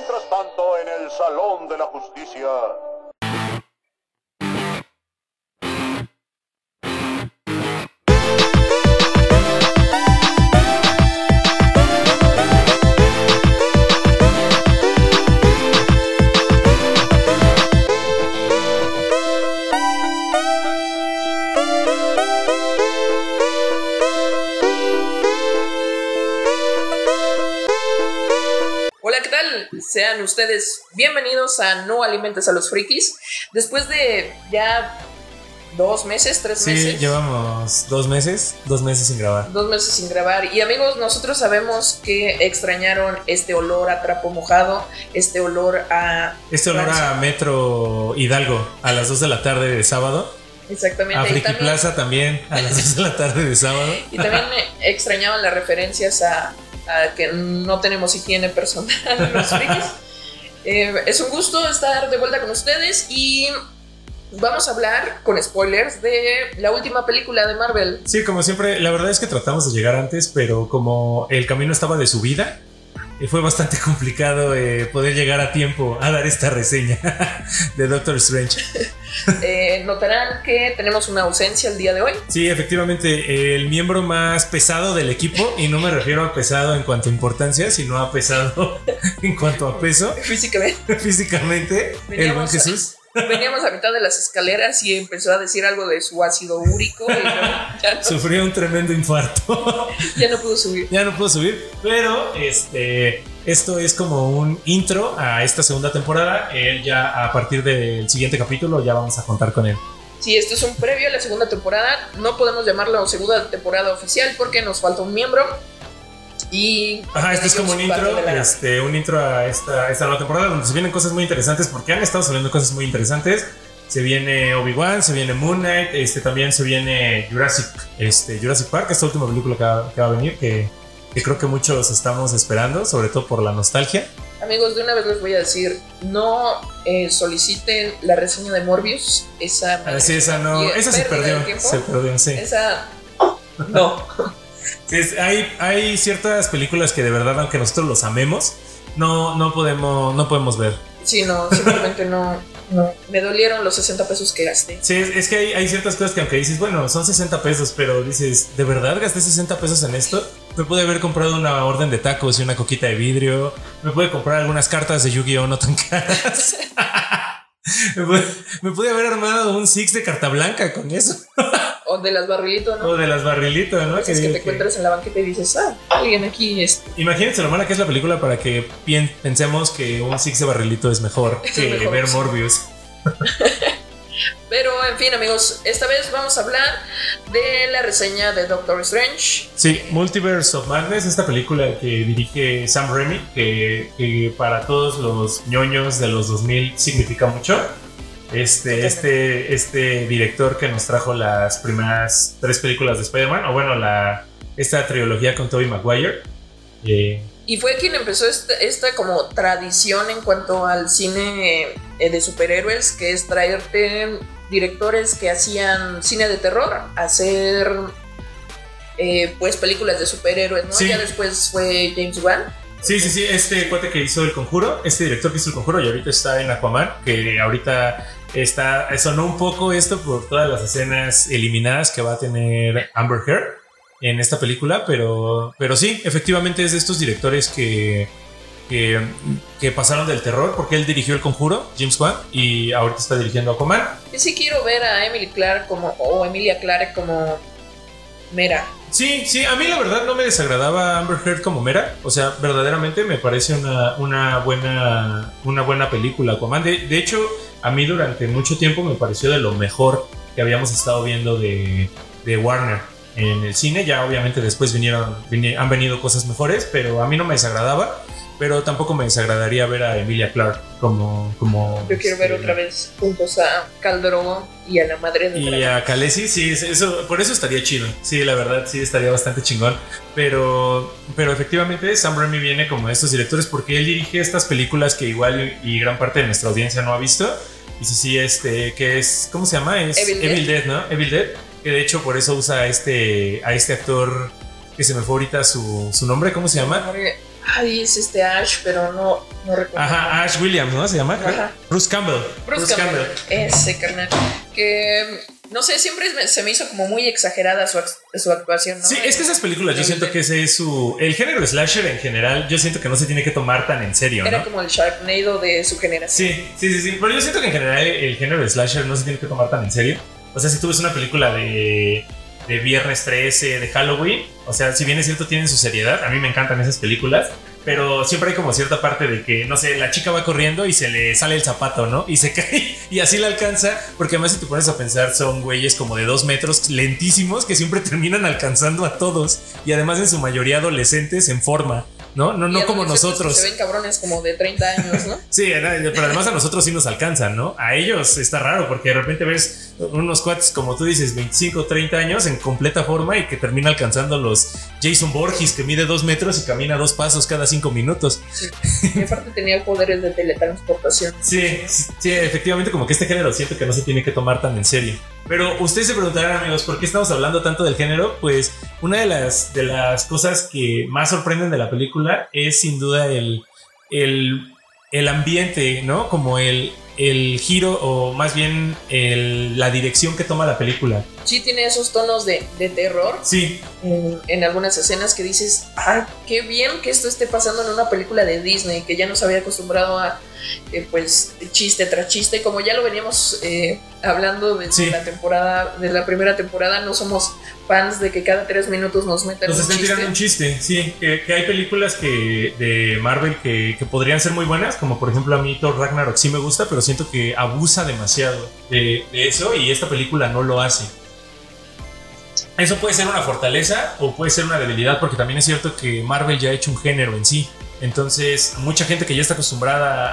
Mientras tanto, en el Salón de la Justicia... Sean ustedes bienvenidos a No Alimentes a los Frikis. Después de ya 2 meses, 3 meses. Sí, llevamos 2 meses sin grabar. 2 meses sin grabar. Y amigos, nosotros sabemos que extrañaron este olor a trapo mojado, este olor a Metro Hidalgo a las 2 de la tarde de sábado. Exactamente. A Friki Plaza también a las 2 de la tarde de sábado. Y también extrañaban las referencias a que no tenemos higiene personal en los frikis. Es un gusto estar de vuelta con ustedes y vamos a hablar con spoilers de la última película de Marvel. Sí, como siempre, la verdad es que tratamos de llegar antes, pero como el camino estaba de subida, fue bastante complicado poder llegar a tiempo a dar esta reseña de Doctor Strange. Notarán que tenemos una ausencia el día de hoy. Sí, efectivamente, el miembro más pesado del equipo, y no me refiero a pesado en cuanto a importancia, sino a pesado en cuanto a peso. Físicamente, el buen Jesús. Veníamos a mitad de las escaleras y empezó a decir algo de su ácido úrico y ya no. Sufrió un tremendo infarto. Ya no pudo subir, pero esto es como un intro a esta segunda temporada. Él ya a partir del siguiente capítulo ya vamos a contar con él. Sí, esto es un previo a la segunda temporada. No podemos llamarlo segunda temporada oficial porque nos falta un miembro. Y esto es como un intro a esta nueva temporada donde se vienen cosas muy interesantes, porque han estado saliendo cosas muy interesantes. Se viene Obi-Wan, se viene Moon Knight, también se viene Jurassic Park, esta última película que va a venir, que creo que muchos estamos esperando, sobre todo por la nostalgia. Amigos, de una vez les voy a decir, no soliciten la reseña de Morbius. Esa se perdió, sí. Esa no. Sí, hay ciertas películas que de verdad, aunque nosotros los amemos, no podemos ver. Sí, no, simplemente no. Me dolieron los 60 pesos que gasté. Sí, es que hay ciertas cosas que aunque dices, bueno, son 60 pesos, pero dices, ¿de verdad gasté 60 pesos en esto? Me pude haber comprado una orden de tacos y una coquita de vidrio. Me pude comprar algunas cartas de Yu-Gi-Oh! No tan caras. Me pude haber armado un Six de carta blanca con eso. O de las barrilitos, ¿no? ¿no? Es que te encuentras en la banqueta y dices, alguien aquí es. Imagínense lo mala que es la película para que pensemos que un Six de barrilito es mejor que ver Morbius. Pero, en fin, amigos, esta vez vamos a hablar de la reseña de Doctor Strange. Sí, Multiverse of Madness, esta película que dirige Sam Raimi, que para todos los ñoños de los 2000 significa mucho. Este director que nos trajo las primeras 3 películas de Spider-Man, o bueno, esta trilogía con Tobey Maguire. Y fue quien empezó esta como tradición en cuanto al cine de superhéroes, que es traerte directores que hacían cine de terror, hacer pues películas de superhéroes, ¿no? Sí. Ya después fue James Wan. Sí, este cuate que hizo El Conjuro, este director que hizo El Conjuro y ahorita está en Aquaman, que ahorita sonó un poco esto por todas las escenas eliminadas que va a tener Amber Heard en esta película, pero sí, efectivamente es de estos directores que pasaron del terror, porque él dirigió El Conjuro, James Wan, y ahorita está dirigiendo Aquaman. Yo sí quiero ver a Emilia Clarke como Mera. Sí, a mí la verdad no me desagradaba Amber Heard como Mera. O sea, verdaderamente me parece una buena película Aquaman. De hecho, a mí durante mucho tiempo me pareció de lo mejor que habíamos estado viendo de Warner en el cine. Ya obviamente después han venido cosas mejores, pero a mí no me desagradaba. Pero tampoco me desagradaría ver a Emilia Clarke como yo quiero ver otra vez juntos a Khal Drogo y a la madre de y a Khaleesi. Sí, por eso estaría chido. Sí, la verdad sí estaría bastante chingón. Pero efectivamente Sam Raimi viene como de estos directores porque él dirige estas películas que igual y gran parte de nuestra audiencia no ha visto. Y sí, que es, ¿cómo se llama? Es Evil Dead, ¿no? Evil Dead, que de hecho por eso usa a este actor que se me fue ahorita su nombre, ¿cómo se llama? Ay, es Ash, pero no recuerdo. Ajá, Ash Williams, ¿no? Se llama. Ajá. Bruce Campbell. Bruce Campbell. Ese carnal. Que no sé, siempre se me hizo como muy exagerada su actuación, ¿no? Sí, es que esas películas yo siento que ese es el género slasher en general, yo siento que no se tiene que tomar tan en serio, ¿no? Era como el Sharknado de su generación. Sí, pero yo siento que en general el género slasher no se tiene que tomar tan en serio. O sea, si tú ves una película de Viernes 13, de Halloween, o sea, si bien es cierto tienen su seriedad, a mí me encantan esas películas, pero siempre hay como cierta parte de que, no sé, la chica va corriendo y se le sale el zapato, ¿no? Y se cae y así la alcanza, porque además si te pones a pensar son güeyes como de 2 metros lentísimos que siempre terminan alcanzando a todos y además en su mayoría adolescentes en forma. No como nosotros. Se ven cabrones como de 30 años, ¿no? Sí, pero además a nosotros sí nos alcanzan, ¿no? A ellos está raro porque de repente ves unos cuates, como tú dices, 25, 30 años en completa forma y que termina alcanzando los Jason Voorhees, que mide 2 metros y camina 2 pasos cada 5 minutos. Sí, y aparte tenía poderes de teletransportación. Sí, efectivamente como que este género siento que no se tiene que tomar tan en serio. Pero ustedes se preguntarán, amigos, ¿por qué estamos hablando tanto del género? Pues una de las cosas que más sorprenden de la película es sin duda el ambiente, ¿no? Como el giro o más bien la dirección que toma la película. Sí, tiene esos tonos de terror. Sí. En algunas escenas que dices, ¡ay, qué bien que esto esté pasando en una película de Disney! Que ya nos había acostumbrado a, pues, chiste tras chiste. Como ya lo veníamos hablando desde la primera temporada, no somos fans de que cada 3 minutos nos metan un chiste. Nos están tirando un chiste, sí. Que hay películas de Marvel que podrían ser muy buenas, como por ejemplo a mí Thor Ragnarok sí me gusta, pero siento que abusa demasiado de eso y esta película no lo hace. Eso puede ser una fortaleza o puede ser una debilidad, porque también es cierto que Marvel ya ha hecho un género en sí. Entonces, mucha gente que ya está acostumbrada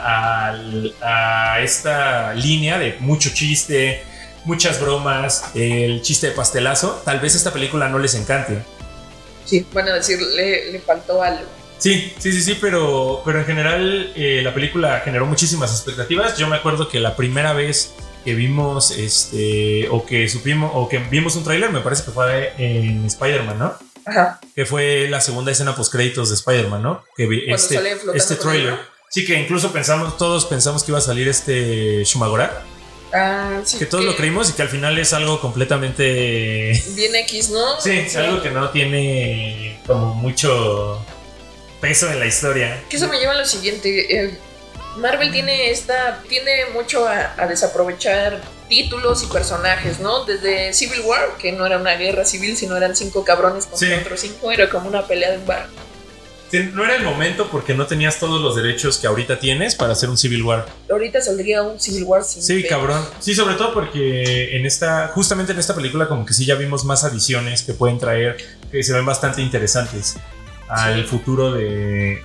a esta línea de mucho chiste, muchas bromas, el chiste de pastelazo, tal vez esta película no les encante. Sí, van a decir, le faltó algo. Sí, pero en general la película generó muchísimas expectativas. Yo me acuerdo que la primera vez que vimos o que supimos o que vimos un tráiler, me parece que fue en Spider-Man, ¿no? Ajá. Que fue la segunda escena postcréditos de Spider-Man, ¿no? Que este tráiler. Sí, que incluso todos pensamos que iba a salir Shumagora. Ah, sí. Que todos lo creímos y que al final es algo completamente bien X, ¿no? Sí, es algo que no tiene como mucho peso en la historia. Que eso me lleva a lo siguiente. Marvel tiene mucho a desaprovechar títulos y personajes, ¿no? Desde Civil War, que no era una guerra civil, sino eran 5 cabrones contra otros 5, era como una pelea de un bar. Sí, no era el momento porque no tenías todos los derechos que ahorita tienes para hacer un Civil War. Ahorita saldría un Civil War sin Sí, pedos. Cabrón. Sí, sobre todo porque justamente en esta película como que sí ya vimos más adiciones que pueden traer, que se ven bastante interesantes al futuro de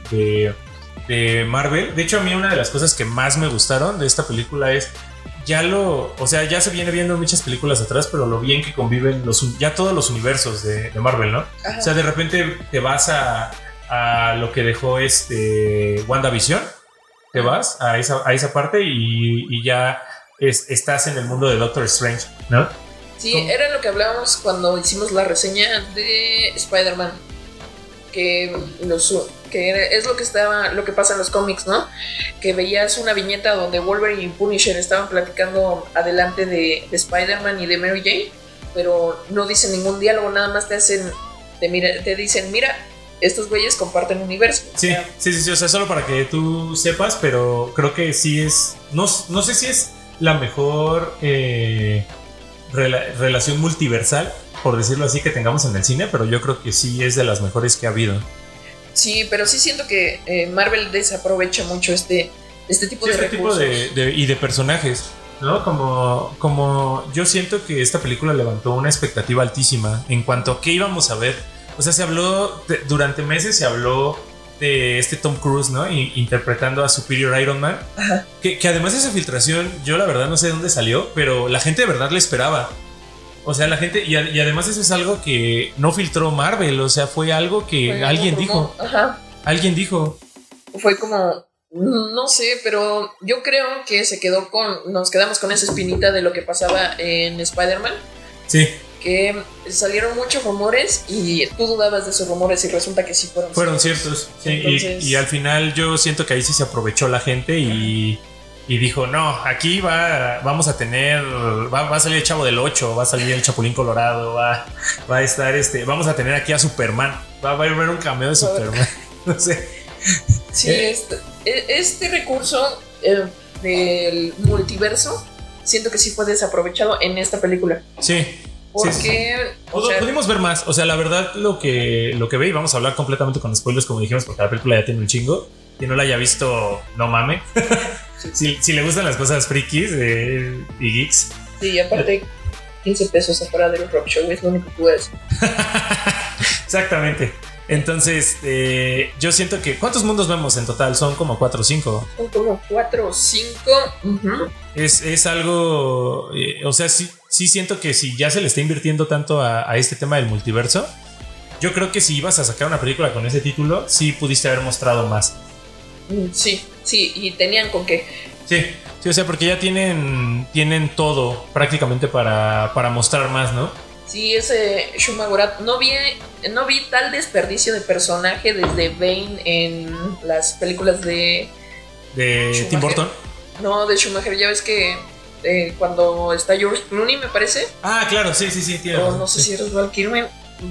Marvel. De hecho, a mí una de las cosas que más me gustaron de esta película es ya se viene viendo muchas películas atrás, pero lo bien que conviven ya todos los universos de Marvel, ¿no? Ajá. O sea, de repente te vas a lo que dejó WandaVision, te vas a esa parte y ya estás en el mundo de Doctor Strange, ¿no? Sí, era lo que hablábamos cuando hicimos la reseña de Spider-Man, que es lo que pasa en los cómics, ¿no? Que veías una viñeta donde Wolverine y Punisher estaban platicando adelante de Spider-Man y de Mary Jane, pero no dicen ningún diálogo, nada más te dicen, mira, estos güeyes comparten universo. Sí, o sea, solo para que tú sepas, pero creo que sí es, no sé si es la mejor relación multiversal, por decirlo así, que tengamos en el cine, pero yo creo que sí es de las mejores que ha habido. Sí, pero sí siento que Marvel desaprovecha mucho este tipo de recursos. Y de personajes, ¿no? Como yo siento que esta película levantó una expectativa altísima en cuanto a qué íbamos a ver. O sea, durante meses se habló de Tom Cruise, ¿no? Interpretando a Superior Iron Man. Ajá. Que además esa filtración, yo la verdad no sé de dónde salió, pero la gente de verdad le esperaba. O sea, la gente, y además eso es algo que no filtró Marvel, o sea, fue algo que alguien dijo. Ajá. Alguien dijo. Fue como, no sé, pero yo creo que nos quedamos con esa espinita de lo que pasaba en Spider-Man. Sí. que salieron muchos rumores y tú dudabas de esos rumores y resulta que sí fueron ciertos. Sí, entonces... y al final yo siento que ahí sí se aprovechó la gente y dijo, no, aquí vamos a tener, va a salir el Chavo del 8, va a salir el Chapulín Colorado, va a estar vamos a tener aquí a Superman, va a haber un cameo de Superman. No sé. Sí, este recurso del multiverso siento que sí fue desaprovechado en esta película. Sí. Porque sí. Pudimos ver más. O sea, la verdad, lo que ve, y vamos a hablar completamente con spoilers, como dijimos, porque la película ya tiene un chingo. Quien no la haya visto, no mame. si le gustan las cosas frikis y geeks. Sí, aparte, 15 pesos afuera del rock show es lo único que puedes. Exactamente. Entonces, yo siento que... ¿Cuántos mundos vemos en total? Son como 4 o 5. Son como 4 o 5. Uh-huh. Es algo... o sea, sí siento que si ya se le está invirtiendo tanto a este tema del multiverso, yo creo que si ibas a sacar una película con ese título, sí pudiste haber mostrado más. Sí, y tenían con qué. Sí, o sea, porque ya tienen todo prácticamente para mostrar más, ¿no? Sí, ese Shuma Gorath, no vi tal desperdicio de personaje desde Bane en las películas de Tim Burton. No, de Schumacher, ya ves que cuando está George Clooney, me parece. Ah, claro, sí, tiene razón. No sé si eres Val Kilmer.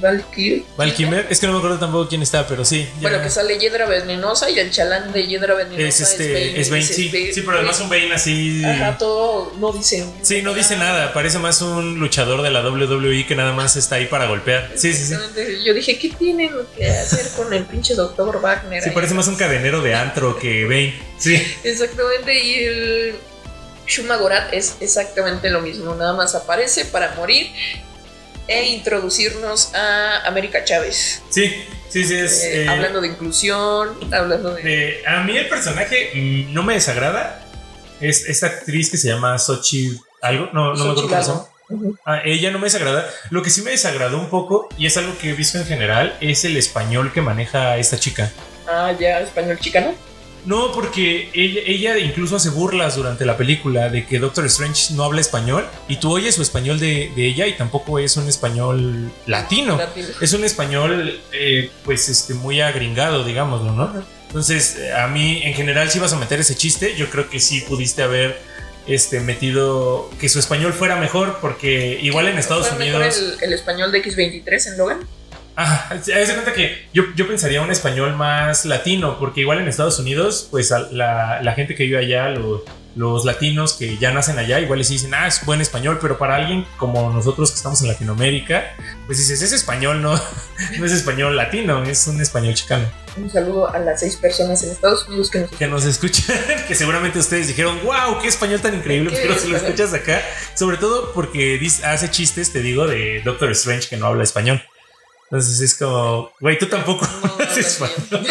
Es que no me acuerdo tampoco quién está, pero sí. Ya. Bueno, que sale Hiedra Venenosa y el chalán de Hiedra Venenosa es Bane, sí, pero además un Bane así. Ajá, todo no dice. Sí, no dice nada, parece más un luchador de la WWE que nada más está ahí para golpear. Sí. Yo dije, ¿qué tienen que hacer con el pinche Dr. Wagner? Sí, parece más un cadenero de antro que Bane. Sí. Exactamente, y el Shuma Gorath es exactamente lo mismo, nada más aparece para morir e introducirnos a América Chávez. Sí, es... hablando de inclusión, hablando de... a mí el personaje no me desagrada. Es esta actriz que se llama Xochitl algo, no me acuerdo cómo se llama. Uh-huh. Ella no me desagrada. Lo que sí me desagradó un poco, y es algo que he visto en general, es el español que maneja esta chica. Ya, español chicano. No, porque ella incluso hace burlas durante la película de que Doctor Strange no habla español y tú oyes su español de ella y tampoco es un español latino. Es un español muy agringado, digámoslo, ¿no? Uh-huh. Entonces, a mí en general, si vas a meter ese chiste, yo creo que sí pudiste haber metido que su español fuera mejor, porque igual en Estados Unidos... el español de X23 en Logan. Se da cuenta que yo pensaría un español más latino, porque igual en Estados Unidos, pues la gente que vive allá, los latinos que ya nacen allá, igual les dicen, es buen español, pero para alguien como nosotros que estamos en Latinoamérica, pues dices, ese español no es español latino, es un español chicano. Un saludo a las 6 personas en Estados Unidos que nos escuchan, que seguramente ustedes dijeron, wow, qué español tan increíble, pero si lo escuchas acá, sobre todo porque hace chistes, te digo, de Doctor Strange que no habla español. Entonces es como, güey, tú tampoco hablas español.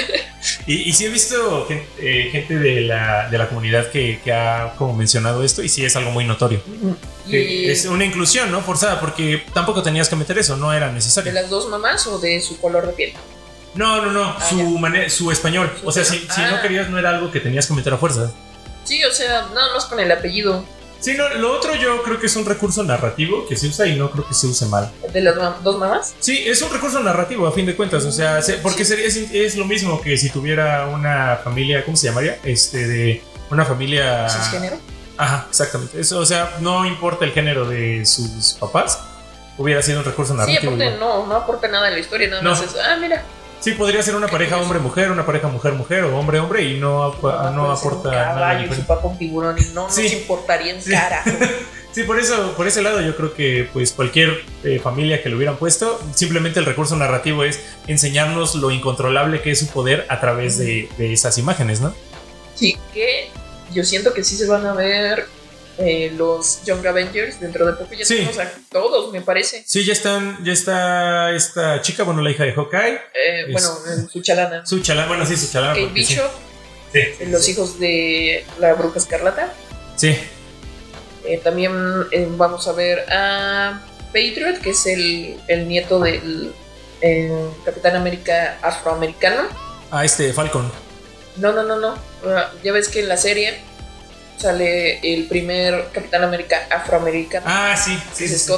Y sí he visto gente de la comunidad que ha como mencionado esto, y sí es algo muy notorio. Es una inclusión, ¿no? Forzada, porque tampoco tenías que meter eso, no era necesario. ¿De las dos mamás o de su color de piel? No, su español. O sea, si no querías, no era algo que tenías que meter a fuerza. Sí, o sea, nada más con el apellido. Sí, no, lo otro yo creo que es un recurso narrativo que se usa y no creo que se use mal. ¿De las dos mamás? Sí, es un recurso narrativo a fin de cuentas, o sea, porque es lo mismo que si tuviera una familia, ¿cómo se llamaría? De una familia... ¿Cisgénero? Ajá, exactamente. Eso, o sea, no importa el género de sus papás, hubiera sido un recurso narrativo. Sí, aparte no aporta nada en la historia, nada más es, mira. Sí, podría ser una pareja hombre-mujer, una pareja mujer-mujer o hombre-hombre y no aporta nada. Y su papá un tiburón y no nos importaría en cara. Sí, por ese lado yo creo que pues cualquier familia que lo hubieran puesto, simplemente el recurso narrativo es enseñarnos lo incontrolable que es su poder a través de esas imágenes, ¿no? Sí, que yo siento que sí se van a ver los Young Avengers dentro de poco. Ya tenemos a todos, me parece. Sí, ya está esta chica, bueno, la hija de Hawkeye. Su chalana. Su chalana. Kate Bishop. Sí. Los hijos de la Bruja Escarlata. Sí. También vamos a ver a Patriot, que es el nieto del Capitán América afroamericano. Falcon. No. Ya ves que en la serie sale el primer Capitán América afroamericano. Sí. Se esconde.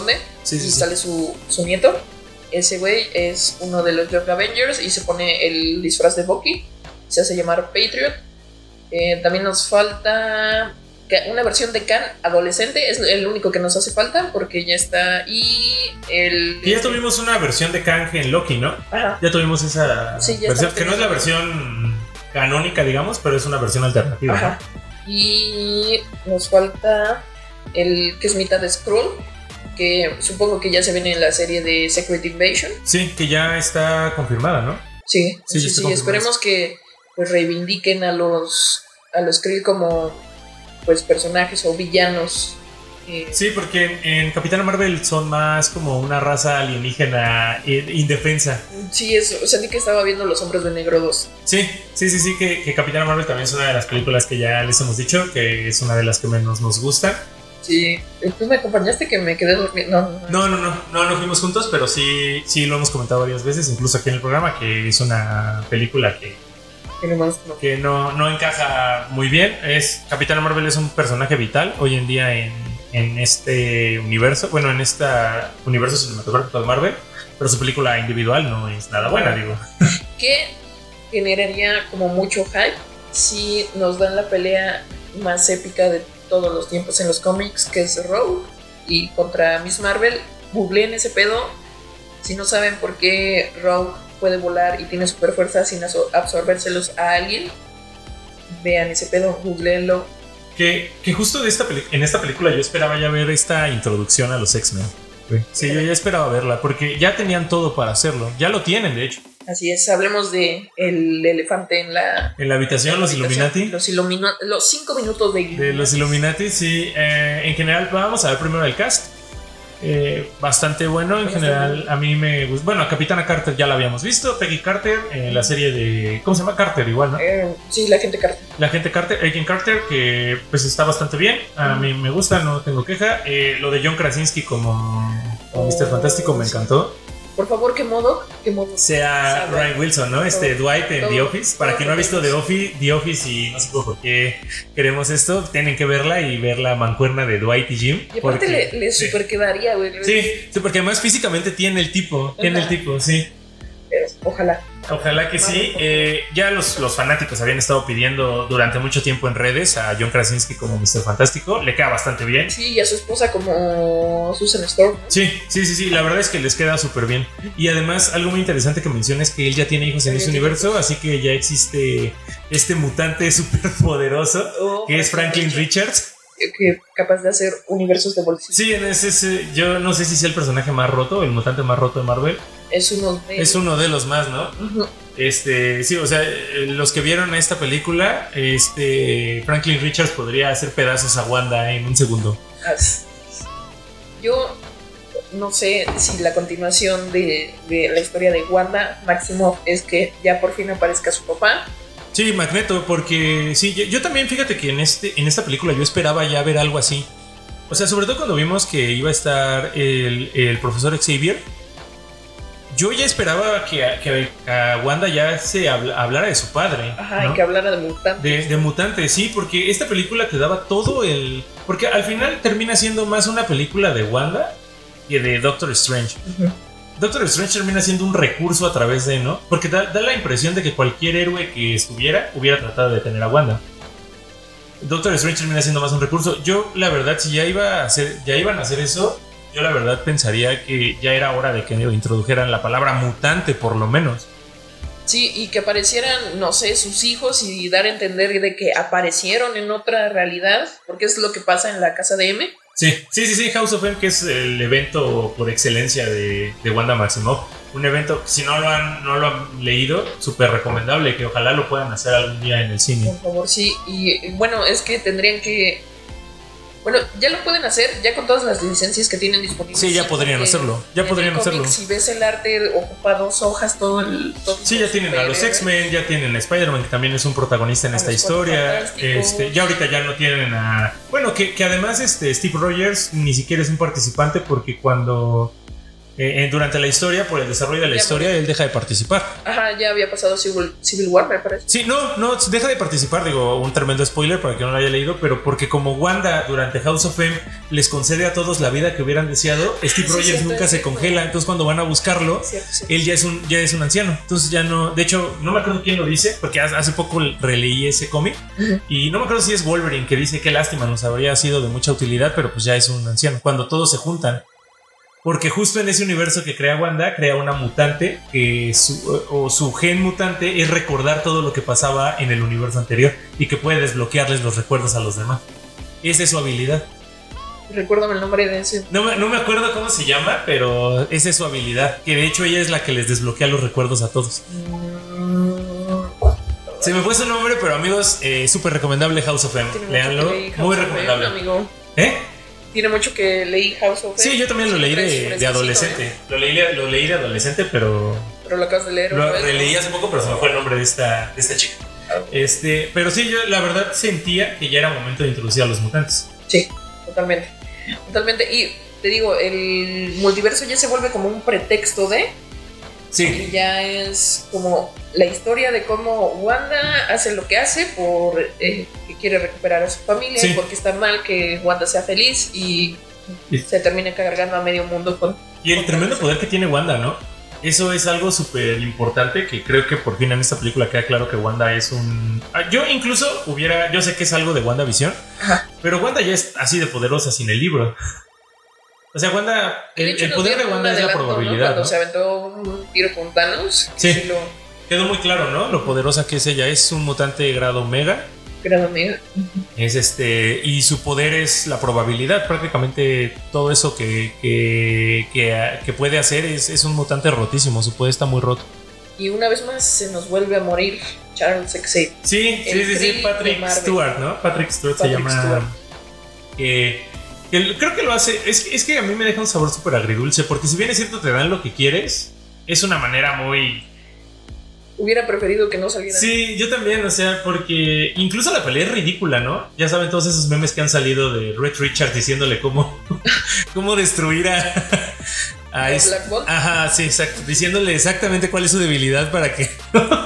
Sí, sí, y sí. sale su nieto. Ese güey es uno de los Young Avengers y se pone el disfraz de Bucky. Se hace llamar Patriot. También nos falta una versión de Khan adolescente. Es el único que nos hace falta porque ya está. Y ya tuvimos una versión de Kang en Loki, ¿no? Ajá. Ya tuvimos esa Sí, ya versión, está. que no es la versión canónica, digamos, pero es una versión alternativa. Ajá. Y nos falta el que es mitad de Skrull, que supongo que ya se viene en la serie de Secret Invasion. Sí, que ya está confirmada, ¿no? Sí, Sí, sí, está sí. confirmado. Esperemos que pues reivindiquen a los Skrull como pues personajes o villanos. Sí, porque en Capitana Marvel son más como una raza alienígena indefensa. Sí, sentí que estaba viendo Los Hombres de Negro 2. Sí, que Capitana Marvel también es una de las películas que ya les hemos dicho, que es una de las que menos nos gustan. Sí, tú me acompañaste que me quedé dormido. No fuimos juntos, pero sí lo hemos comentado varias veces, incluso aquí en el programa, que es una película que no encaja muy bien. Capitana Marvel es un personaje vital hoy en día en este universo, bueno, en este universo cinematográfico de Marvel, pero su película individual no es nada buena, digo. Que generaría como mucho hype si nos dan la pelea más épica de todos los tiempos en los cómics, que es Rogue y contra Miss Marvel. Googleen ese pedo. Si no saben por qué Rogue puede volar y tiene super fuerza sin absorbérselos a alguien, vean ese pedo, googleenlo. Que justo en esta película yo esperaba ya ver esta introducción a los X-Men. Sí, yo ya esperaba verla, porque ya tenían todo para hacerlo. Ya lo tienen, de hecho. Así es, hablemos de el elefante en la habitación, los Illuminati. Los 5 minutos de Illuminati. De los Illuminati, sí. En general, vamos a ver primero el cast. Bastante bueno, en general a mí me gusta. Bueno, a Capitana Carter ya la habíamos visto, Peggy Carter, en la serie de... ¿Cómo se llama? Carter igual, ¿no? Sí, la gente Carter. La gente Carter, Agent Carter, que pues está bastante bien, a mí me gusta, no tengo queja. Lo de John Krasinski como Mr. Fantástico me encantó. Por favor, ¿qué modo sea Ryan Wilson, ¿no? Dwight en The Office. Para quien no ha visto The Office y no sé por qué queremos esto, tienen que verla y ver la mancuerna de Dwight y Jim. Y aparte le super quedaría, güey. Sí, porque además físicamente tiene el tipo, sí. Ojalá que sí. Ya los fanáticos habían estado pidiendo durante mucho tiempo en redes a John Krasinski como Mr. Fantástico. Le queda bastante bien. Sí, y a su esposa como Susan Storm, ¿no? Sí. La verdad es que les queda súper bien. Y además, algo muy interesante que menciona es que él ya tiene hijos en ese universo. Así que ya existe este mutante súper poderoso que es Franklin Richards. Que capaz de hacer universos de bolsillo. Sí, yo no sé si es el personaje más roto, el mutante más roto de Marvel. Es uno de los más, ¿no? Uh-huh. Sí, o sea, los que vieron esta película, Franklin Richards podría hacer pedazos a Wanda en un segundo. Yo no sé si la continuación de la historia de Wanda Maximoff es que ya por fin aparezca su papá. Sí, Magneto, porque sí, yo también, fíjate que en esta película yo esperaba ya ver algo así. O sea, sobre todo cuando vimos que iba a estar el profesor Xavier. Yo ya esperaba que a Wanda ya se hablara de su padre. Ajá, ¿no? y que hablara de mutantes. De mutantes, sí, porque esta película te daba todo porque al final termina siendo más una película de Wanda que de Doctor Strange. Uh-huh. Doctor Strange termina siendo un recurso a través de, ¿no? Porque da la impresión de que cualquier héroe que hubiera tratado de detener a Wanda. Doctor Strange termina siendo más un recurso. Yo, la verdad, si ya iban a hacer eso, yo la verdad pensaría que ya era hora de que introdujeran la palabra mutante, por lo menos. Sí, y que aparecieran, no sé, sus hijos y dar a entender de que aparecieron en otra realidad, porque es lo que pasa en la casa de M. Sí, House of M, que es el evento por excelencia de Wanda Maximoff. Un evento que si no lo han leído, súper recomendable, que ojalá lo puedan hacer algún día en el cine. Por favor, sí. Y bueno, es que tendrían que... Bueno, ya lo pueden hacer, ya con todas las licencias que tienen disponibles. Sí, ya podrían hacerlo. Si ves el arte, ocupa 2 hojas todo sí, ya tienen a los X-Men, ya tienen a Spider-Man, que también es un protagonista en esta historia. Ya ahorita ya no tienen a... Bueno, que además Steve Rogers ni siquiera es un participante, porque cuando Durante la historia, por el desarrollo de la historia, él deja de participar. Ajá, ya había pasado Civil War, me parece. Sí, no, deja de participar, digo, un tremendo spoiler para que no lo haya leído, pero porque como Wanda durante House of M les concede a todos la vida que hubieran deseado, Steve Rogers nunca se congela, entonces cuando van a buscarlo, él ya es un anciano, entonces ya no, de hecho, no me acuerdo quién lo dice, porque hace poco releí ese cómic, y no me acuerdo si es Wolverine que dice que lástima, nos habría sido de mucha utilidad, pero pues ya es un anciano, cuando todos se juntan. Porque justo en ese universo que crea Wanda, crea una mutante que su gen mutante es recordar todo lo que pasaba en el universo anterior y que puede desbloquearles los recuerdos a los demás. Esa es su habilidad. Recuérdame el nombre de ese. No me acuerdo cómo se llama, pero esa es su habilidad. Que de hecho ella es la que les desbloquea los recuerdos a todos. Se me fue su nombre, pero amigos, súper recomendable House of M. Leanlo, muy recomendable. Amigo. Tiene mucho que leí House of M. Sí, yo también lo leí de adolescente. Lo leí de adolescente, pero lo acabas de leer. Lo releí hace poco, pero se me fue el nombre de esta chica. Pero sí, yo la verdad sentía que ya era momento de introducir a los mutantes. Sí, totalmente. Y te digo, el multiverso ya se vuelve como un pretexto de... Sí. Y ya es como la historia de cómo Wanda hace lo que hace por que quiere recuperar a su familia, sí. Porque está mal que Wanda sea feliz y se termine cargando a medio mundo con... Y el tremendo poder que tiene Wanda, ¿no? Eso es algo súper importante que creo que por fin en esta película queda claro que Wanda es un... Yo incluso yo sé que es algo de WandaVision, pero Wanda ya es así de poderosa sin el libro. O sea, Wanda, el poder de Wanda es la probabilidad, ¿no? Cuando se aventó un tiro con Thanos. Sí, quedó muy claro, ¿no? Lo poderosa que es ella. Es un mutante grado Omega. Grado Omega. Es y su poder es la probabilidad. Prácticamente todo eso que puede hacer es un mutante rotísimo. Su poder está muy roto. Y una vez más se nos vuelve a morir Charles Xavier. Sí, Patrick Stewart, ¿no? Patrick Stewart se llama. Creo que lo hace. Es que a mí me deja un sabor súper agridulce. Porque si bien es cierto, te dan lo que quieres, es una manera muy. Hubiera preferido que no saliera. Sí, yo también, o sea, porque incluso la pelea es ridícula, ¿no? Ya saben todos esos memes que han salido de Red Richards diciéndole cómo destruir a Black Bolt. Ajá, sí, exacto. Diciéndole exactamente cuál es su debilidad para que.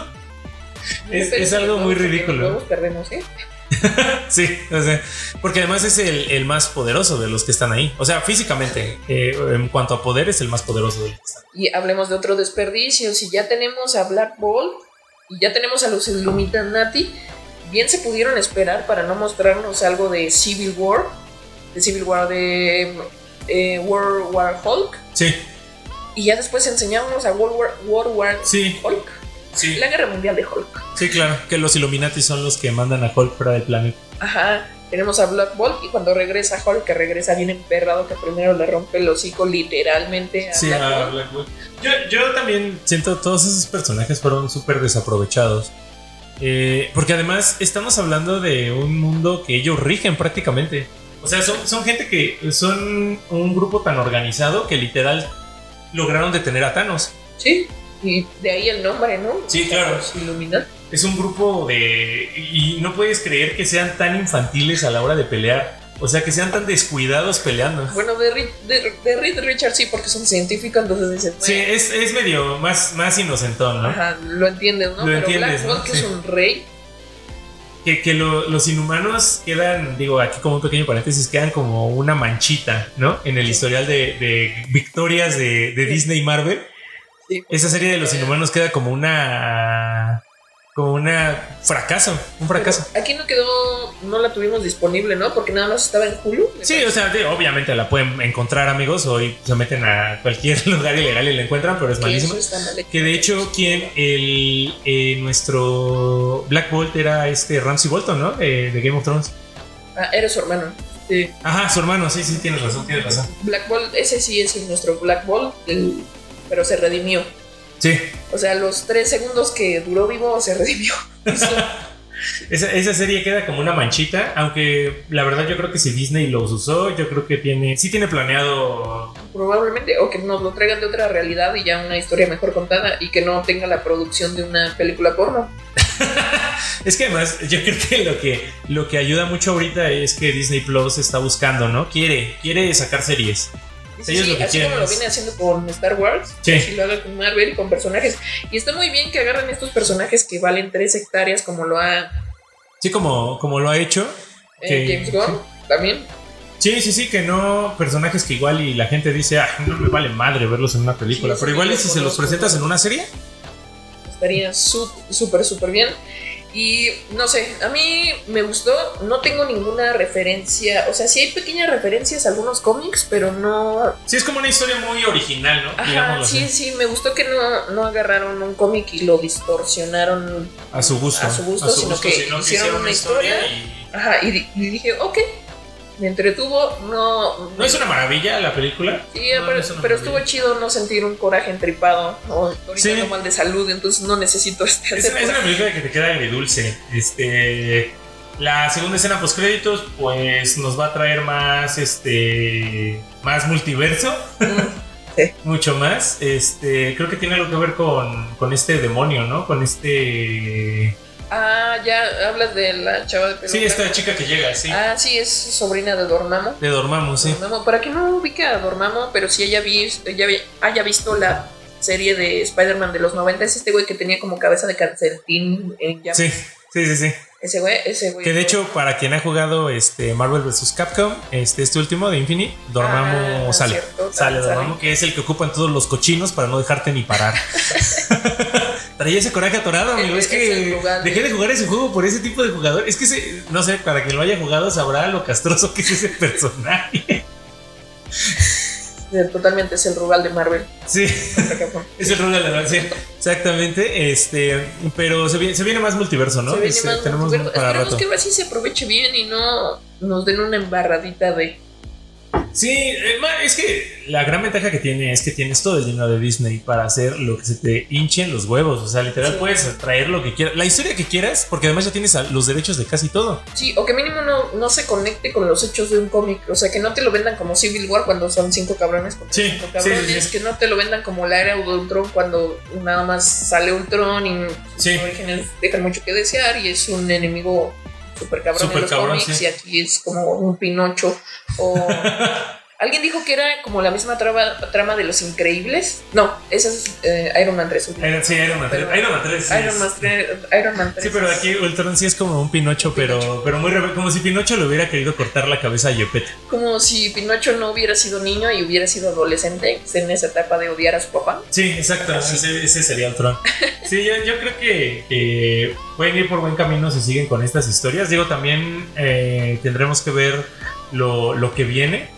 es algo muy ridículo. Luego perdemos, ¿eh? Sí, o sea, porque además es el más poderoso de los que están ahí. O sea, físicamente, en cuanto a poder, es el más poderoso de los que están. Y hablemos de otro desperdicio. Si ya tenemos a Black Bolt y ya tenemos a los Illuminati, bien se pudieron esperar para no mostrarnos algo de Civil War, de World War Hulk. Sí. Y ya después enseñábamos a World War sí. Hulk. Sí. La guerra mundial de Hulk. Sí, claro, que los Illuminati son los que mandan a Hulk fuera del planeta. Ajá, tenemos a Black Bolt y cuando regresa Hulk, que regresa bien emperrado, que primero le rompe el hocico literalmente a Black Bolt. Yo también siento que todos esos personajes fueron súper desaprovechados. Porque además estamos hablando de un mundo que ellos rigen prácticamente. O sea, son gente que son un grupo tan organizado que literal lograron detener a Thanos. Sí. Y de ahí el nombre, ¿no? Sí, claro. Illuminati. Es un grupo y no puedes creer que sean tan infantiles a la hora de pelear. O sea, que sean tan descuidados peleando. Bueno, de Reed Richards sí, porque son científicos, entonces dicen... Sí, es medio más inocentón, ¿no? Ajá, lo entiendes, ¿no? Pero Black Bolt, que sí. Es un rey... Que los inhumanos quedan, digo, aquí como un pequeño paréntesis, quedan como una manchita, ¿no? En el historial de victorias de Disney y Marvel. Sí, esa serie de los inhumanos queda como un fracaso. Pero aquí no la tuvimos disponible, ¿no? Porque nada más estaba en Hulu. Sí, o sea, obviamente la pueden encontrar, amigos. Hoy se meten a cualquier lugar ilegal y la encuentran, pero es malísimo. Que de hecho, nuestro Black Bolt era Ramsay Bolton, ¿no? De Game of Thrones. Era su hermano. Sí. Ajá, su hermano, sí, tienes razón. Black Bolt, ese sí es nuestro Black Bolt, pero se redimió. Sí. O sea, los 3 segundos que duró vivo se redimió. Esa serie queda como una manchita, aunque la verdad yo creo que si Disney los usó, yo creo que tiene planeado. Probablemente, o que nos lo traigan de otra realidad y ya una historia mejor contada y que no tenga la producción de una película porno. Es que además yo creo que lo que ayuda mucho ahorita es que Disney Plus está buscando, ¿no? Quiere sacar series. Sí, Ellos sí, lo que así quieren como lo es- viene haciendo con Star Wars, Sí. así lo haga con Marvel y con personajes. Y está muy bien que agarren estos personajes que valen 3 hectáreas, como lo ha Sí, como lo ha hecho. James Gunn también. Sí, que no personajes que igual y la gente dice, no me vale madre verlos en una película, Sí, pero sí, igual y lo si se los conozco. presentas en una serie, Estaría súper bien. Y no sé, a mí me gustó. No tengo ninguna referencia. O sea, sí hay pequeñas referencias a algunos cómics, pero no. sí es como una historia muy original, ¿no? Ajá, Digámoslo sí, así. sí, me gustó que no agarraron un cómic y lo distorsionaron A su gusto. sino que hicieron una historia. y... Ajá, y dije, ok, me entretuvo. ¿No es una maravilla la película? Sí, No, pero, no es una pero maravilla. estuvo chido no sentir un coraje entripado. O ahorita Sí. ando mal de salud, entonces no necesito Es una película que te queda agridulce. La segunda escena post créditos, pues nos va a traer más más multiverso, Sí. mucho más. Creo que tiene algo que ver con este demonio, ¿no? Con Ah, ya hablas de la chava de pelo sí, esta blanco. chica que llega, sí. Ah, sí, es sobrina de Dormammu. De Dormammu, sí. Dormammu, para que no ubique a Dormammu, pero sí haya visto la serie de Spider-Man de los 90, es este güey que tenía como cabeza de calcetín en llamas. Sí. Ese güey. Que de hecho, para quien ha jugado Marvel vs. Capcom, este último de Infinite, Dormammu sale. Cierto, Sale sale. Dormammu, que es el que ocupan todos los cochinos para no dejarte ni parar. Traía ese coraje atorado, amigo. Es Es el que lugar de- dejé de jugar ese juego por ese tipo de jugador. Es que no sé, para quien lo haya jugado sabrá lo castroso que es ese personaje. Totalmente es el rival de Marvel. Sí, contra Capcom. es el rol de la sí, exactamente. Pero se viene más multiverso, ¿no? Se viene más Tenemos multiverso. para Esperemos rato. que así se aproveche bien y no nos den una embarradita de. Sí, es que la gran ventaja que tiene es que tienes todo el dinero de Disney para hacer lo que se te hinchen los huevos. O sea, literal Sí. puedes traer lo que quieras, la historia que quieras, porque además ya tienes los derechos de casi todo. Sí, o que mínimo no se conecte con los hechos de un cómic. O sea, que no te lo vendan como Civil War cuando son 5 cabrones contra Sí, 5 cabrones. sí, sí. Que no te lo vendan como la era de Ultron cuando nada más sale Ultron y Sí. sus orígenes dejan mucho que desear y es un enemigo super cabrón en Súper los cabrón, cómics sí. y aquí es como un Pinocho o... Alguien dijo que era como la misma trama de Los Increíbles. No, esa es Iron Man 3. Iron Man 3. Pero- Iron Man 3. Sí, Iron Man 3. sí, pero aquí Ultron sí es como un Pinocho, pero muy como si Pinocho le hubiera querido cortar la cabeza a Yepeto. Como si Pinocho no hubiera sido niño y hubiera sido adolescente en esa etapa de odiar a su papá. Sí, exacto. Ese sería Ultron. Sí, yo creo que pueden ir por buen camino si siguen con estas historias. Digo, también tendremos que ver lo que viene.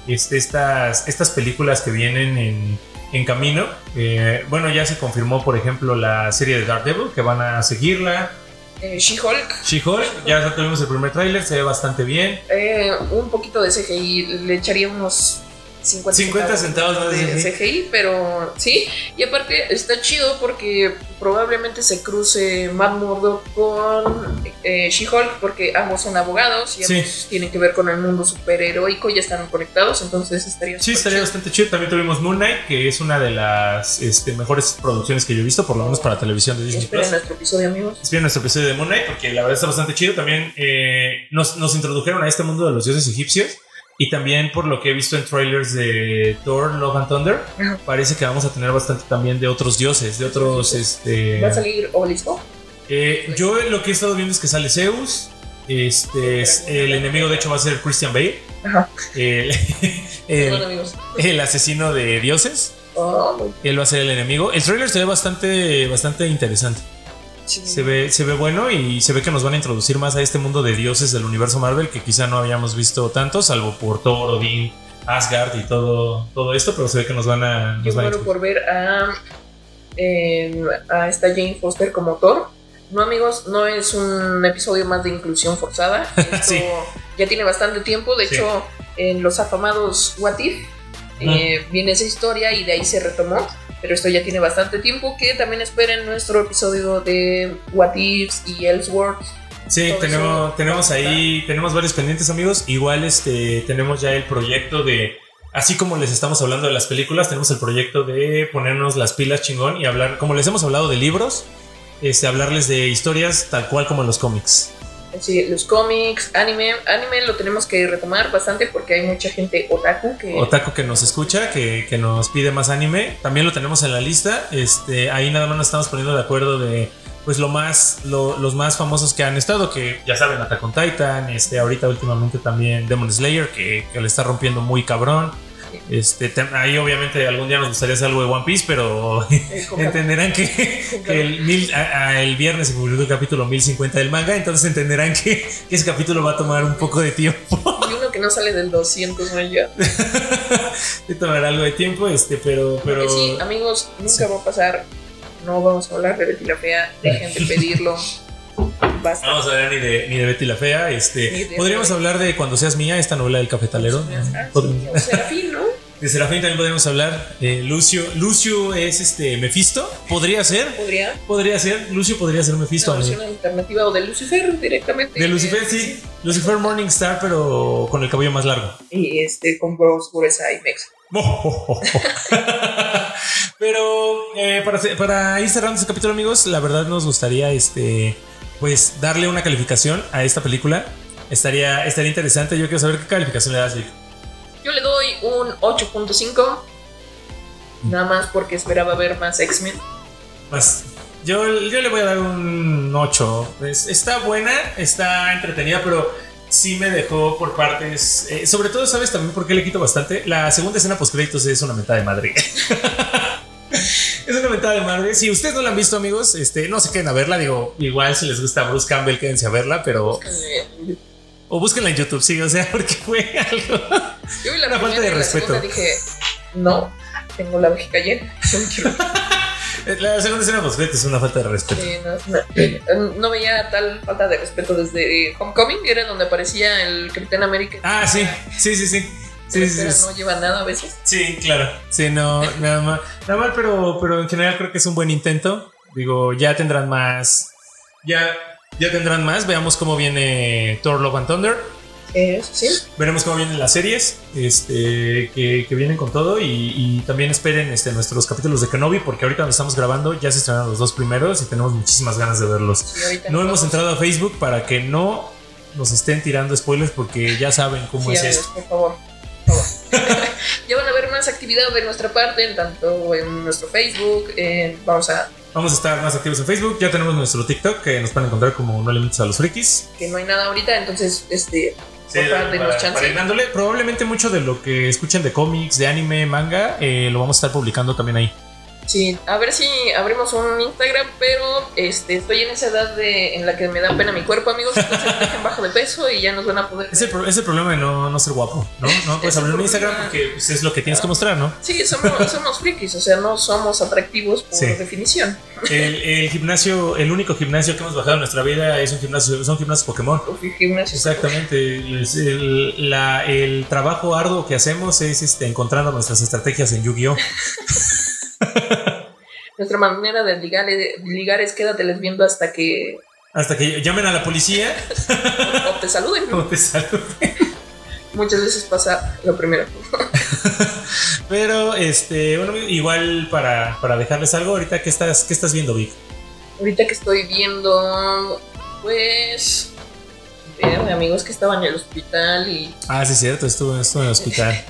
Estas películas que vienen en camino. Bueno, ya se confirmó, por ejemplo, la serie de Daredevil, que van a seguirla. She-Hulk. She-Hulk, ya tuvimos el primer tráiler, se ve bastante bien. Un poquito de CGI, le echaría unos 50 centavos más de CGI, pero sí. Y aparte está chido porque probablemente se cruce Matt Murdock con She-Hulk, porque ambos son abogados y ambos tienen que ver con el mundo superheroico, ya están conectados, entonces estaría estaría bastante chido. También tuvimos Moon Knight, que es una de las mejores producciones que yo he visto, por lo menos para televisión de Disney Esperen Plus. nuestro episodio, amigos. Esperen nuestro episodio de Moon Knight, porque la verdad está bastante chido. También nos introdujeron a este mundo de los dioses egipcios. Y también por lo que he visto en trailers de Thor, Love and Thunder, parece que vamos a tener bastante también de otros dioses, de otros... ¿Va a salir Obelisco? Yo lo que he estado viendo es que sale Zeus. El enemigo de hecho va a ser Christian Bale. Ajá. El, Amigos. el asesino de dioses. Oh, Él va a ser el enemigo. El trailer se ve bastante interesante. sí. Se ve bueno y se ve que nos van a introducir más a este mundo de dioses del universo Marvel que quizá no habíamos visto tanto, salvo por Thor, Odín, Asgard y todo esto, pero se ve que nos van a... Yo muero por ver a esta Jane Foster como Thor. No, amigos, no es un episodio más de inclusión forzada. Esto Sí. ya tiene bastante tiempo. De Sí. hecho, en los afamados What If viene esa historia y de ahí se retomó. Pero esto ya tiene bastante tiempo. Que también esperen nuestro episodio de What Ifs y Elseworlds. Sí, Todo tenemos ahí, tenemos varios pendientes, amigos. Igual tenemos ya el proyecto de, así como les estamos hablando de las películas, tenemos el proyecto de ponernos las pilas chingón y hablar, como les hemos hablado de libros, hablarles de historias tal cual como en los cómics. Sí, los cómics, anime lo tenemos que retomar bastante porque hay mucha gente otaku que nos escucha, que nos pide más anime. También lo tenemos en la lista. Ahí nada más nos estamos poniendo de acuerdo de pues los más famosos que han estado, que ya saben, Attack on Titan, ahorita últimamente también Demon Slayer, que le está rompiendo muy cabrón. Ahí obviamente algún día nos gustaría hacer algo de One Piece, pero entenderán que el viernes se publicó el capítulo 1050 del manga, entonces entenderán que ese capítulo va a tomar un poco de tiempo. Y uno que no sale del 200, ¿no? Ya. De tomar algo de tiempo, pero sí, amigos, nunca va a pasar. No vamos a hablar de Betty la Fea, dejen de pedirlo. Basta. No vamos a hablar ni de Betty la Fea. Podríamos hablar de Cuando seas mía, esta novela del cafetalero. O Serafín, ¿no? De Serafín también podríamos hablar. Lucio es Mephisto. ¿Podría ser? Podría ser. Lucio podría ser Mephisto. Una versión alternativa o de Lucifer directamente. De Lucifer, sí. Lucifer Morningstar, pero con el cabello más largo. Y con bros gruesa y mexa. Pero para ir cerrando este capítulo, amigos, la verdad nos gustaría pues darle una calificación a esta película. Estaría interesante. Yo quiero saber qué calificación le das, Vic. Yo le doy un 8.5. Nada más porque esperaba ver más X-Men. Yo le voy a dar un 8. Está buena, está entretenida, pero sí me dejó por partes. Sobre todo, ¿sabes también por qué le quito bastante? La segunda escena post-créditos es una mentada de madre. Es una mentada de madre. Si ustedes no la han visto, amigos, no se queden a verla. Digo, igual si les gusta Bruce Campbell, quédense a verla, pero... O búsquenla en YouTube, sí, o sea, porque fue algo... Yo vi la una falta de respeto. Dije, no, tengo la vejiga llena. La segunda escena post-créditos es una falta de respeto. No veía tal falta de respeto desde Homecoming, era donde aparecía el Capitán América. Ah, sí. No lleva nada a veces. Sí, claro. Sí, no, nada mal, pero en general creo que es un buen intento. Digo, ya tendrán más. Ya tendrán más. Veamos cómo viene Thor Love and Thunder. Sí. Veremos cómo vienen las series que vienen con todo. Y también esperen nuestros capítulos de Kenobi, porque ahorita donde estamos grabando ya se estrenaron los 2 primeros y tenemos muchísimas ganas de verlos. Sí, no hemos entrado a Facebook para que no nos estén tirando spoilers, porque ya saben cómo es esto. Por favor. Ya van a ver más actividad de nuestra parte, tanto en nuestro Facebook. Vamos a estar más activos en Facebook. Ya tenemos nuestro TikTok, que nos pueden encontrar como No Límites a los Frikis. Que no hay nada ahorita, entonces para probablemente mucho de lo que escuchen de cómics, de anime, manga, lo vamos a estar publicando también ahí. Sí, a ver si abrimos un Instagram, pero estoy en esa edad en la que me da pena mi cuerpo, amigos. Entonces dejen bajo de peso y ya nos van a poder. Es el problema de no ser guapo, ¿no? No puedes abrir un Instagram porque pues, es lo que tienes que mostrar, ¿no? Sí, somos frikis, o sea, no somos atractivos por definición. El gimnasio, el único gimnasio que hemos bajado en nuestra vida es son gimnasios Pokémon. Exactamente. El trabajo arduo que hacemos es encontrando nuestras estrategias en Yu-Gi-Oh! Nuestra manera de ligar es quédateles viendo hasta que llamen a la policía o te saluden. Muchas veces pasa lo primero. Pero bueno, igual para dejarles algo, ahorita ¿qué estás viendo, Vic? Ahorita que estoy viendo, pues amigos que estaban en el hospital y... Ah, sí, es cierto, estuvo en el hospital.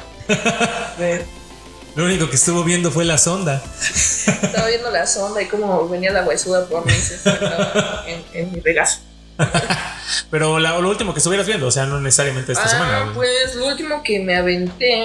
Lo único que estuvo viendo fue la sonda. Estaba viendo la sonda y cómo venía la huesuda por mí en mi regazo. Pero lo último que estuvieras viendo, o sea, no necesariamente esta semana. Pues lo último que me aventé.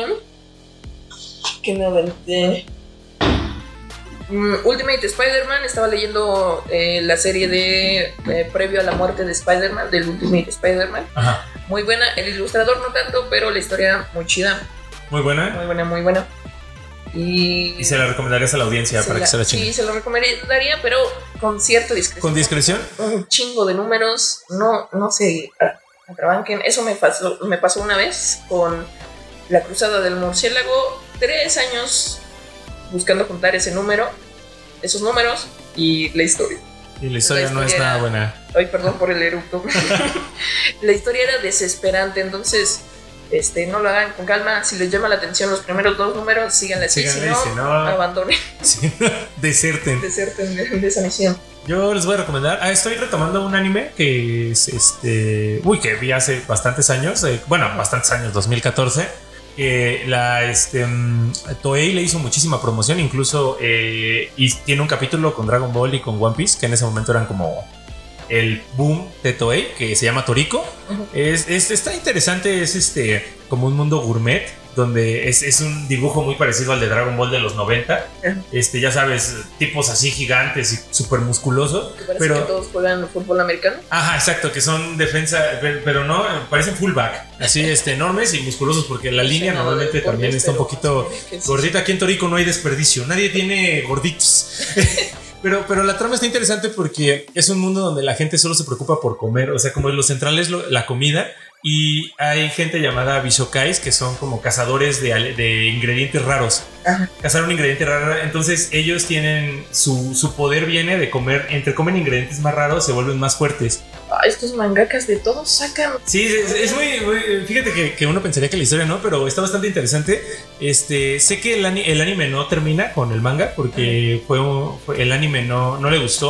Ultimate Spider-Man. Estaba leyendo la serie de previo a la muerte de Spider-Man, del Ultimate Spider-Man. Ajá. Muy buena. El ilustrador no tanto, pero la historia muy chida. Muy buena. Muy buena. Y se la recomendarías a la audiencia para que se la chingue. Sí, se lo recomendaría, pero con cierta discreción. ¿Con discreción? Un chingo de números, no se atrabanquen. Eso me pasó una vez con La Cruzada del Murciélago. 3 años buscando juntar esos números y la historia. Y la historia no es nada buena. Ay, perdón por el eructo. La historia era desesperante, entonces... no lo hagan con calma. Si les llama la atención los primeros 2 números, síganle así. Si no, abandonen. Sí, deserten de esa misión. Yo les voy a recomendar. Estoy retomando un anime que es que vi hace bastantes años. Bastantes años, 2014. Toei le hizo muchísima promoción. Incluso y tiene un capítulo con Dragon Ball y con One Piece, que en ese momento eran como el boom de Toei, que se llama Toriko. Está interesante. Es como un mundo gourmet, donde es un dibujo muy parecido al de Dragon Ball de los 90. Ya sabes, tipos así gigantes y súper musculosos. Pero que todos juegan fútbol americano. Ajá, exacto, que son defensa, pero no, parecen fullback, así enormes y musculosos, porque la línea normalmente también está un poquito gordita. Aquí en Toriko no hay desperdicio, nadie tiene gorditos. Pero la trama está interesante porque es un mundo donde la gente solo se preocupa por comer. O sea, como lo central es la comida. Y hay gente llamada Bishokais, que son como cazadores de ingredientes raros. Ajá. Cazar un ingrediente raro. Entonces ellos tienen su poder viene de comer. Entre comen ingredientes más raros, se vuelven más fuertes. Estos mangakas de todos sacan. Sí, es muy fíjate que uno pensaría que la historia no, pero está bastante interesante. Sé que el anime no termina con el manga, porque el anime no le gustó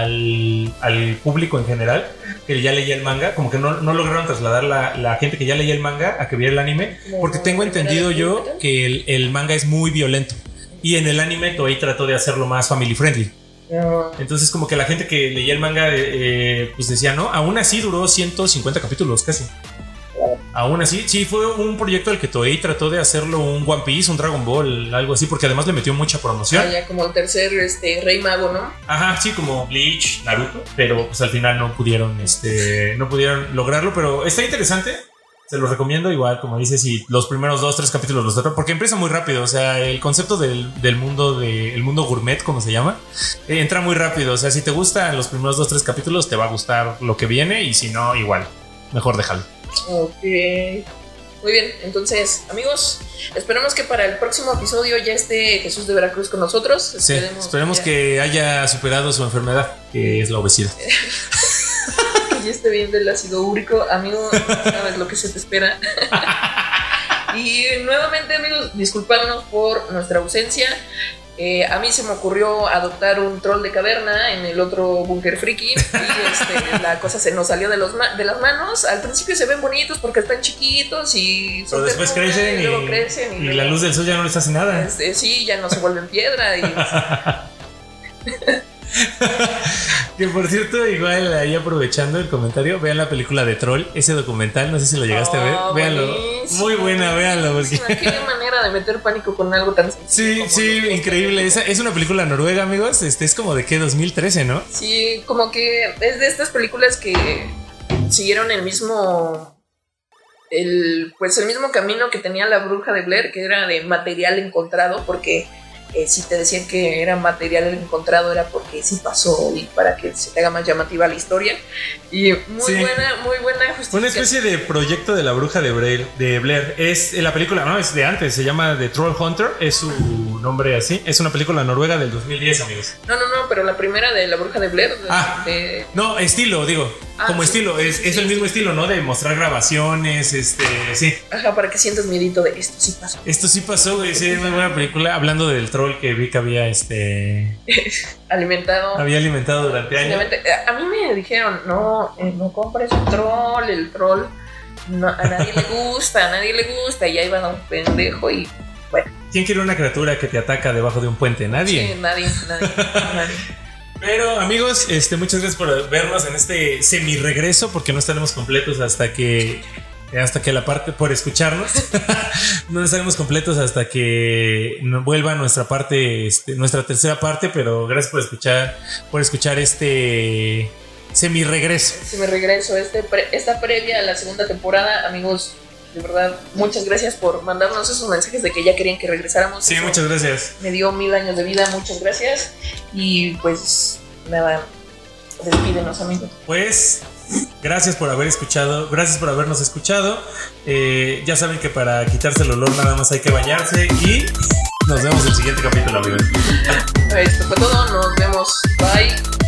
al público en general, que ya leía el manga. Como que no lograron trasladar la gente que ya leía el manga a que viera el anime, porque tengo entendido yo que el manga es muy violento, y en el anime Toei trató de hacerlo más family friendly. Entonces como que la gente que leía el manga pues decía, no, aún así duró 150 capítulos casi. Aún así, sí, fue un proyecto al que Toei trató de hacerlo un One Piece, un Dragon Ball, algo así, porque además le metió mucha promoción. Ya como el tercer Rey Mago, ¿no? Ajá, sí, como Bleach, Naruto, pero pues al final no pudieron lograrlo, pero está interesante. Se los recomiendo, igual, como dices, y los primeros 2-3 capítulos los tratan, porque empieza muy rápido. O sea, el concepto del mundo el mundo gourmet, como se llama, entra muy rápido. O sea, si te gustan los primeros 2-3 capítulos, te va a gustar lo que viene, y si no, igual, mejor déjalo. Ok. Muy bien, entonces, amigos, esperemos que para el próximo episodio ya esté Jesús de Veracruz con nosotros. Esperemos que haya superado su enfermedad, que es la obesidad. Ya esté bien del ácido úrico, amigo, sabes lo que se te espera. Y nuevamente, amigos, disculparnos por nuestra ausencia. A mí se me ocurrió adoptar un troll de caverna en el otro búnker friki, y la cosa se nos salió de las manos. Al principio se ven bonitos porque están chiquitos y pero después crecen y la luz del sol ya no les hace nada. Sí, ya no se vuelven piedra y que por cierto, igual ahí aprovechando el comentario, vean la película de Troll, ese documental, no sé si lo llegaste a ver, véanlo, muy buena, véanlo, porque qué manera de meter pánico con algo tan sencillo. Sí, increíble. Es una película noruega, amigos. Es como de 2013, ¿no? Sí, como que es de estas películas que siguieron el mismo camino que tenía La Bruja de Blair, que era de material encontrado, porque si te decían que era material encontrado era porque sí pasó, y para que se te haga más llamativa la historia. Y muy buena justicia. Una especie de proyecto de La Bruja de Blair. Es la película, no, es de antes, se llama The Troll Hunter, es su nombre así. Es una película noruega del 2010, amigos. No, pero la primera de La Bruja de Blair. No, estilo, digo. Como sí, estilo, es el mismo estilo, ¿no? De mostrar grabaciones, sí. Ajá, para que sientas miedito de esto sí pasó. Esto sí pasó, güey, sí, es muy buena película. Hablando del troll que vi que había alimentado. Había alimentado durante años. A mí me dijeron, no compres un troll, el troll a nadie le gusta, y ahí va un pendejo y bueno. ¿Quién quiere una criatura que te ataca debajo de un puente? Nadie. Sí, nadie. Pero amigos, muchas gracias por vernos en este semi-regreso, porque no estaremos completos hasta que por escucharnos. No estaremos completos hasta que vuelva nuestra parte, nuestra tercera parte, pero gracias por escuchar este semi-regreso. Esta previa a la segunda temporada, amigos. De verdad, muchas gracias por mandarnos esos mensajes de que ya querían que regresáramos. Sí, muchas gracias. Me dio 1000 años de vida, muchas gracias. Y pues nada, despídenos, amigos. Pues gracias por haber escuchado, gracias por habernos escuchado. Ya saben que para quitarse el olor nada más hay que bañarse, y nos vemos en el siguiente capítulo, amigos. Esto fue todo, nos vemos, bye.